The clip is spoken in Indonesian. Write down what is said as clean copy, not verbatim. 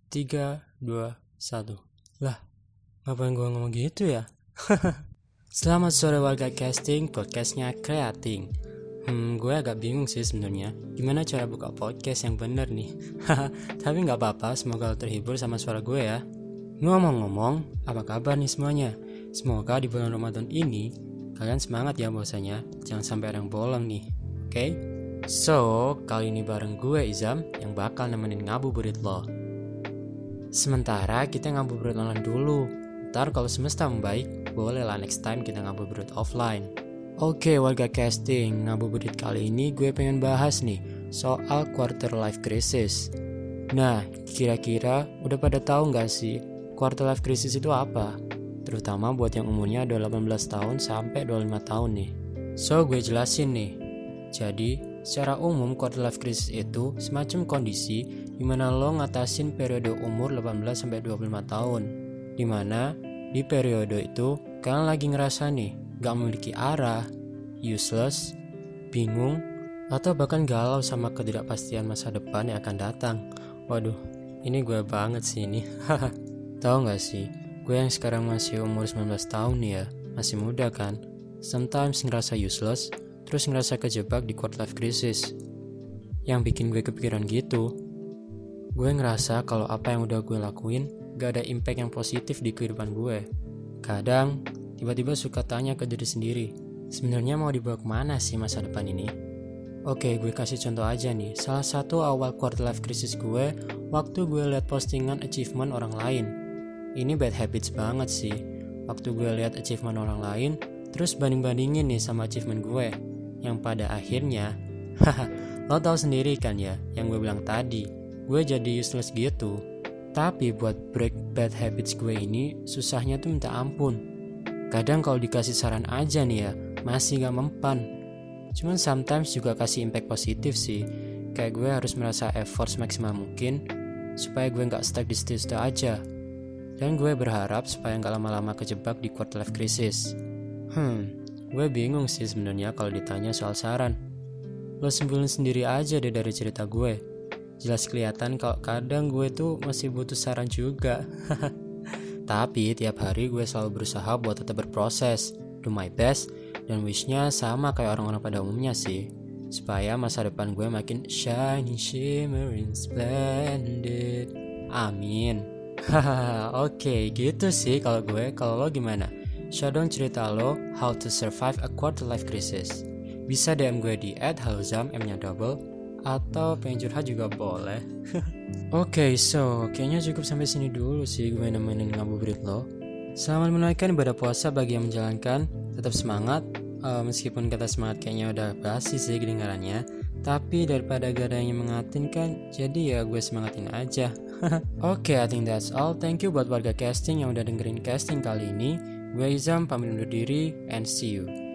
3, 2, 1. Lah, ngapain gue ngomong gitu ya? Selamat sore warga casting, podcastnya Creating. Gue agak bingung sih sebenarnya gimana cara buka podcast yang bener nih. Tapi gak apa-apa, semoga lo terhibur sama suara gue ya. Ngomong-ngomong, apa kabar nih semuanya? Semoga di bulan Ramadan ini kalian semangat ya puasanya, jangan sampai ada yang bolong nih. Oke? So, kali ini bareng gue Izam yang bakal nemenin ngabuburit lo. Sementara kita ngabuburit online dulu. Ntar kalau semesta membaik, bolehlah next time kita ngabuburit offline. Oke warga casting, ngabuburit kali ini gue pengen bahas nih soal quarter life crisis. Nah, kira-kira udah pada tahu gak sih quarter life crisis itu apa? Terutama buat yang umurnya ada 18 tahun sampai 25 tahun nih. So, gue jelasin nih. Jadi, secara umum quarter life crisis itu semacam kondisi dimana lo ngatasin periode umur 18-25 tahun, dimana di periode itu kalian lagi ngerasa nih gak memiliki arah, useless, bingung, atau bahkan galau sama ketidakpastian masa depan yang akan datang. Waduh, ini gue banget sih ini. Tahu gak sih, gue yang sekarang masih umur 19 tahun nih ya, masih muda kan, sometimes ngerasa useless, terus ngerasa kejebak di quarter life crisis. Yang bikin gue kepikiran gitu, gue ngerasa kalau apa yang udah gue lakuin gak ada impact yang positif di kehidupan gue. Kadang, tiba-tiba suka tanya ke diri sendiri, sebenarnya mau dibawa kemana sih masa depan ini? Oke, gue kasih contoh aja nih. Salah satu awal quarter life crisis gue, waktu gue liat postingan achievement orang lain. Ini bad habits banget sih. Waktu gue liat achievement orang lain, terus banding-bandingin nih sama achievement gue, yang pada akhirnya, lo tau sendiri kan ya, yang gue bilang tadi, gue jadi useless gitu. Tapi buat break bad habits gue ini, susahnya tuh minta ampun. Kadang kalau dikasih saran aja nih ya, masih gak mempan. Cuman sometimes juga kasih impact positif sih. Kayak gue harus merasa effort semaksimal mungkin, supaya gue gak stuck di situ-situ aja. Dan gue berharap supaya gak lama-lama kejebak di quarter life crisis. Gue bingung sih sebenarnya kalau ditanya soal saran. Lo simpulin sendiri aja deh dari cerita gue. Jelas kelihatan kalau kadang gue tuh masih butuh saran juga. Tapi tiap hari gue selalu berusaha buat tetap berproses, do my best, dan wishnya sama kayak orang-orang pada umumnya sih, supaya masa depan gue makin shining, shimmering, splendid. Amin. Oke, gitu sih kalau gue. Kalau lo gimana? Share dong cerita lo how to survive a quarter life crisis. Bisa DM gue di @halozam M-nya double, atau pengen curhat juga boleh. Oke, so kayaknya cukup sampai sini dulu sih gue nemenin ngabuburit lo. Selamat menunaikan ibadah puasa bagi yang menjalankan. Tetap semangat, meskipun kata semangat kayaknya udah basi sih kedengarannya, tapi daripada gak ada yang mengatin kan, jadi ya gue semangatin aja. Oke, I think that's all. Thank you buat warga casting yang udah dengerin casting kali ini. Gue Izam pamit undur diri, and see you.